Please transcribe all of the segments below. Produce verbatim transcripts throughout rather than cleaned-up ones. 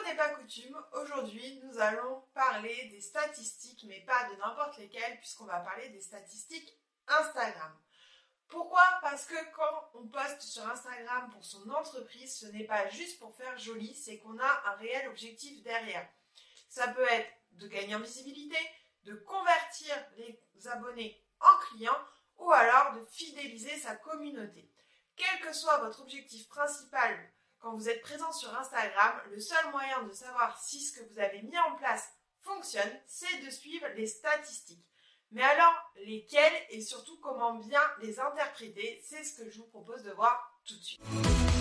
n'est pas coutume, aujourd'hui nous allons parler des statistiques, mais pas de n'importe lesquelles, puisqu'on va parler des statistiques Instagram. Pourquoi? Parce que quand on poste sur Instagram pour son entreprise, ce n'est pas juste pour faire joli, c'est qu'on a un réel objectif derrière. Ça peut être de gagner en visibilité, de convertir les abonnés en clients ou alors de fidéliser sa communauté. Quel que soit votre objectif principal quand vous êtes présent sur Instagram, le seul moyen de savoir si ce que vous avez mis en place fonctionne, c'est de suivre les statistiques. Mais alors, lesquelles et surtout comment bien les interpréter, c'est ce que je vous propose de voir tout de suite.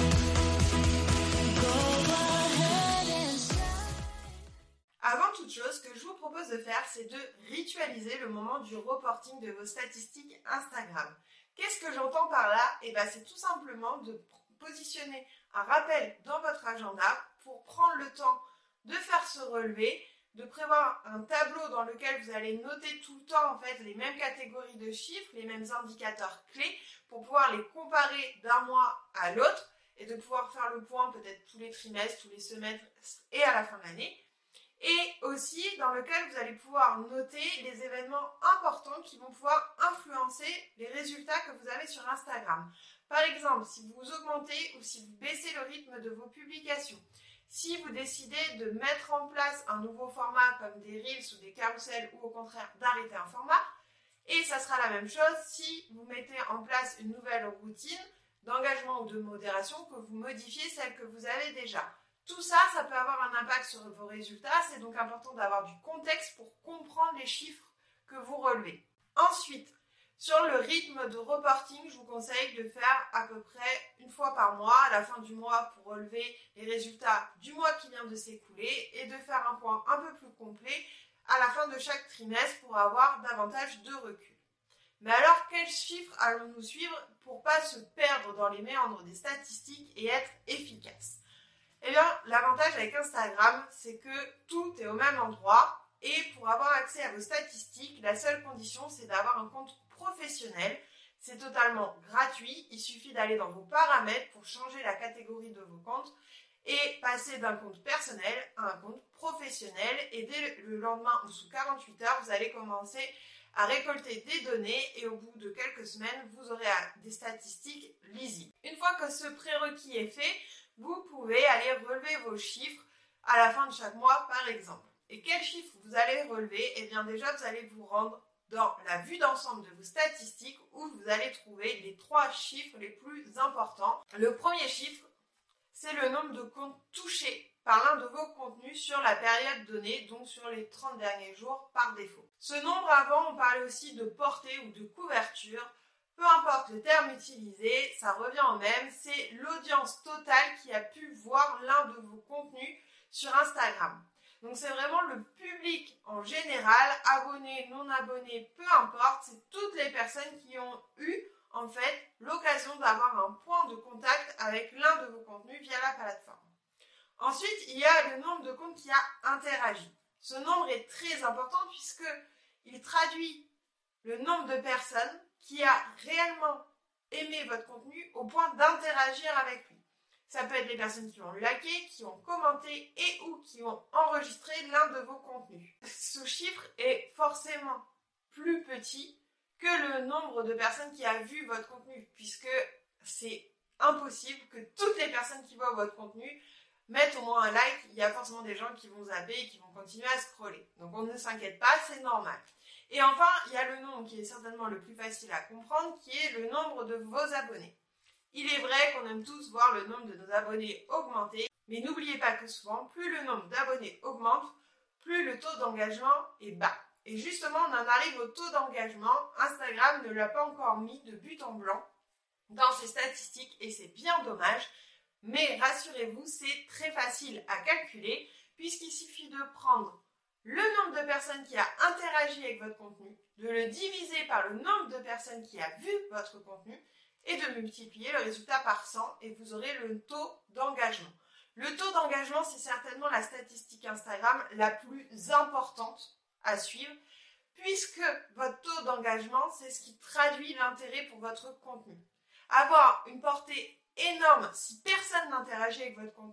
Avant toute chose, ce que je vous propose de faire, c'est de ritualiser le moment du reporting de vos statistiques Instagram. Qu'est-ce que j'entends par là? Eh bien, c'est tout simplement de positionner un rappel dans votre agenda pour prendre le temps de faire ce relevé, de prévoir un tableau dans lequel vous allez noter tout le temps en fait les mêmes catégories de chiffres, les mêmes indicateurs clés pour pouvoir les comparer d'un mois à l'autre et de pouvoir faire le point peut-être tous les trimestres, tous les semestres et à la fin de l'année. Et aussi dans lequel vous allez pouvoir noter les événements importants qui vont pouvoir influencer les résultats que vous avez sur Instagram. Par exemple, si vous augmentez ou si vous baissez le rythme de vos publications, si vous décidez de mettre en place un nouveau format comme des reels ou des carousels ou au contraire d'arrêter un format, et ça sera la même chose si vous mettez en place une nouvelle routine d'engagement ou de modération, que vous modifiez celle que vous avez déjà. Tout ça, ça peut avoir un impact sur vos résultats, c'est donc important d'avoir du contexte pour comprendre les chiffres que vous relevez. Ensuite, sur le rythme de reporting, je vous conseille de faire à peu près une fois par mois, à la fin du mois, pour relever les résultats du mois qui vient de s'écouler et de faire un point un peu plus complet à la fin de chaque trimestre pour avoir davantage de recul. Mais alors, quels chiffres allons-nous suivre pour ne pas se perdre dans les méandres des statistiques et être efficace? Eh bien, l'avantage avec Instagram, c'est que tout est au même endroit et pour avoir accès à vos statistiques, la seule condition, c'est d'avoir un compte professionnel. C'est totalement gratuit, il suffit d'aller dans vos paramètres pour changer la catégorie de vos comptes et passer d'un compte personnel à un compte professionnel et dès le lendemain ou sous quarante-huit heures, vous allez commencer à récolter des données et au bout de quelques semaines, vous aurez des statistiques lisibles. Une fois que ce prérequis est fait, vous pouvez aller relever vos chiffres à la fin de chaque mois, par exemple. Et quels chiffres vous allez relever? Eh bien déjà, vous allez vous rendre dans la vue d'ensemble de vos statistiques où vous allez trouver les trois chiffres les plus importants. Le premier chiffre, c'est le nombre de comptes touchés par l'un de vos contenus sur la période donnée, donc sur les trente derniers jours par défaut. Ce nombre avant, on parlait aussi de portée ou de couverture. Peu importe le terme utilisé, ça revient au même, c'est l'audience totale qui a pu voir l'un de vos contenus sur Instagram. Donc c'est vraiment le public en général, abonnés, non abonnés, peu importe, c'est toutes les personnes qui ont eu en fait l'occasion d'avoir un point de contact avec l'un de vos contenus via la plateforme. Ensuite, il y a le nombre de comptes qui a interagi. Ce nombre est très important puisque il traduit le nombre de personnes qui a réellement aimé votre contenu au point d'interagir avec lui. Ça peut être les personnes qui ont liké, qui ont commenté et ou qui ont enregistré l'un de vos contenus. Ce chiffre est forcément plus petit que le nombre de personnes qui a vu votre contenu, puisque c'est impossible que toutes les personnes qui voient votre contenu mettent au moins un like. Il y a forcément des gens qui vont zapper et qui vont continuer à scroller. Donc on ne s'inquiète pas, c'est normal. Et enfin, il y a le nombre qui est certainement le plus facile à comprendre, qui est le nombre de vos abonnés. Il est vrai qu'on aime tous voir le nombre de nos abonnés augmenter, mais n'oubliez pas que souvent, plus le nombre d'abonnés augmente, plus le taux d'engagement est bas. Et justement, on en arrive au taux d'engagement. Instagram ne l'a pas encore mis de but en blanc dans ses statistiques et c'est bien dommage. Mais rassurez-vous, c'est très facile à calculer puisqu'il suffit de prendre le nombre de personnes qui a interagi avec votre contenu, de le diviser par le nombre de personnes qui a vu votre contenu et de multiplier le résultat par cent et vous aurez le taux d'engagement. Le taux d'engagement, c'est certainement la statistique Instagram la plus importante à suivre puisque votre taux d'engagement, c'est ce qui traduit l'intérêt pour votre contenu. Avoir une portée énorme si personne n'interagit avec votre contenu,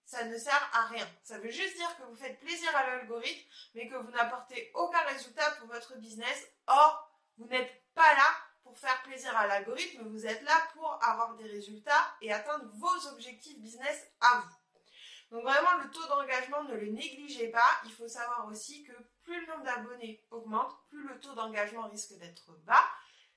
ça ne sert à rien. Ça veut juste dire que vous faites plaisir à l'algorithme, mais que vous n'apportez aucun résultat pour votre business. Or, vous n'êtes pas là pour faire plaisir à l'algorithme, vous êtes là pour avoir des résultats et atteindre vos objectifs business à vous. Donc vraiment, le taux d'engagement, ne le négligez pas. Il faut savoir aussi que plus le nombre d'abonnés augmente, plus le taux d'engagement risque d'être bas.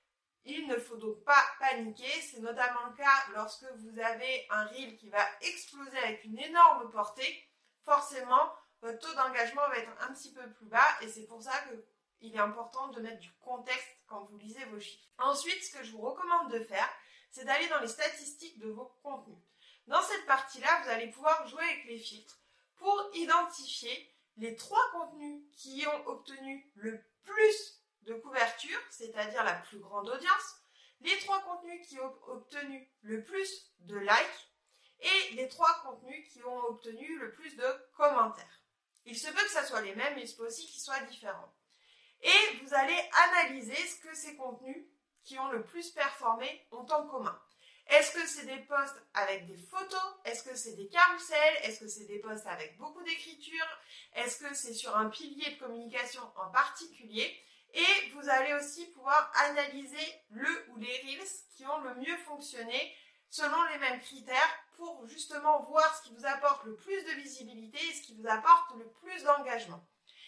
Il ne faut donc pas paniquer. C'est notamment le cas lorsque vous avez un reel qui va exploser avec une énorme portée. Forcément, votre taux d'engagement va être un petit peu plus bas et c'est pour ça qu'il est important de mettre du contexte quand vous lisez vos chiffres. Ensuite, ce que je vous recommande de faire, c'est d'aller dans les statistiques de vos contenus. Dans cette partie-là, vous allez pouvoir jouer avec les filtres pour identifier les trois contenus qui ont obtenu le plus de couverture, c'est-à-dire la plus grande audience, les trois contenus qui ont obtenu le plus de likes et les trois contenus qui ont obtenu le plus de commentaires. Il se peut que ça soit les mêmes, mais il se peut aussi qu'ils soient différents. Et vous allez analyser ce que ces contenus qui ont le plus performé ont en commun. Est-ce que c'est des posts avec des photos? Est-ce que c'est des carousels? Est-ce que c'est des posts avec beaucoup d'écriture? Est-ce que c'est sur un pilier de communication en particulier? Et vous allez aussi pouvoir analyser le ou les reels qui ont le mieux fonctionné selon les mêmes critères pour justement voir ce qui vous apporte le plus de visibilité et ce qui vous apporte le plus d'engagement.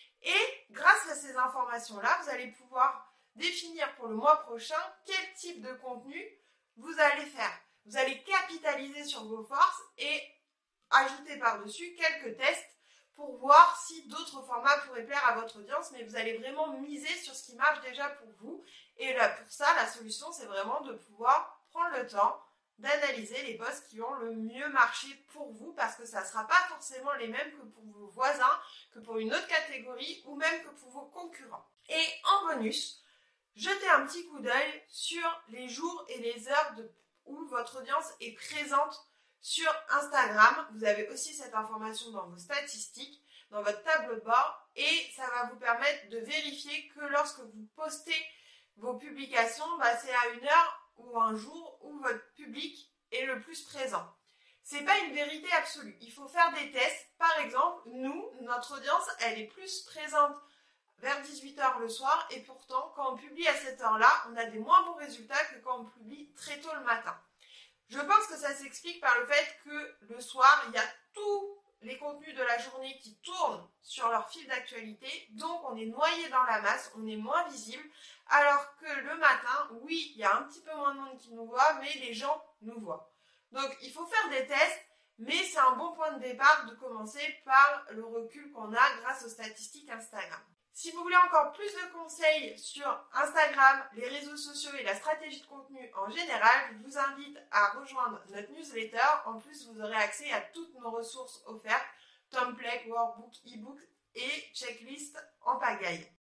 Et grâce à ces informations-là, vous allez pouvoir définir pour le mois prochain quel type de contenu vous allez faire. Vous allez capitaliser sur vos forces et ajouter par-dessus quelques tests pour voir si d'autres formats pourraient plaire à votre audience, mais vous allez vraiment miser sur ce qui marche déjà pour vous. Et là, pour ça, la solution, c'est vraiment de pouvoir prendre le temps d'analyser les posts qui ont le mieux marché pour vous, parce que ça ne sera pas forcément les mêmes que pour vos voisins, que pour une autre catégorie, ou même que pour vos concurrents. Et en bonus, jetez un petit coup d'œil sur les jours et les heures de, où votre audience est présente sur Instagram. Vous avez aussi cette information dans vos statistiques, dans votre tableau de bord, et ça va vous permettre de vérifier que lorsque vous postez vos publications, bah, c'est à une heure ou un jour où votre public est le plus présent. C'est pas une vérité absolue. Il faut faire des tests. Par exemple, nous, notre audience, elle est plus présente vers dix-huit heures le soir, et pourtant, quand on publie à cette heure-là, on a des moins bons résultats que quand on publie très tôt le matin. Je pense que ça s'explique par le fait que le soir, il y a tous les contenus de la journée qui tournent sur leur fil d'actualité, donc on est noyé dans la masse, on est moins visible, alors que le matin, oui, il y a un petit peu moins de monde qui nous voit, mais les gens nous voient. Donc il faut faire des tests, mais c'est un bon point de départ de commencer par le recul qu'on a grâce aux statistiques Instagram. Si vous voulez encore plus de conseils sur Instagram, les réseaux sociaux et la stratégie de contenu en général, je vous invite à rejoindre notre newsletter. En plus, vous aurez accès à toutes nos ressources offertes, templates, workbooks, e-books et checklists en pagaille.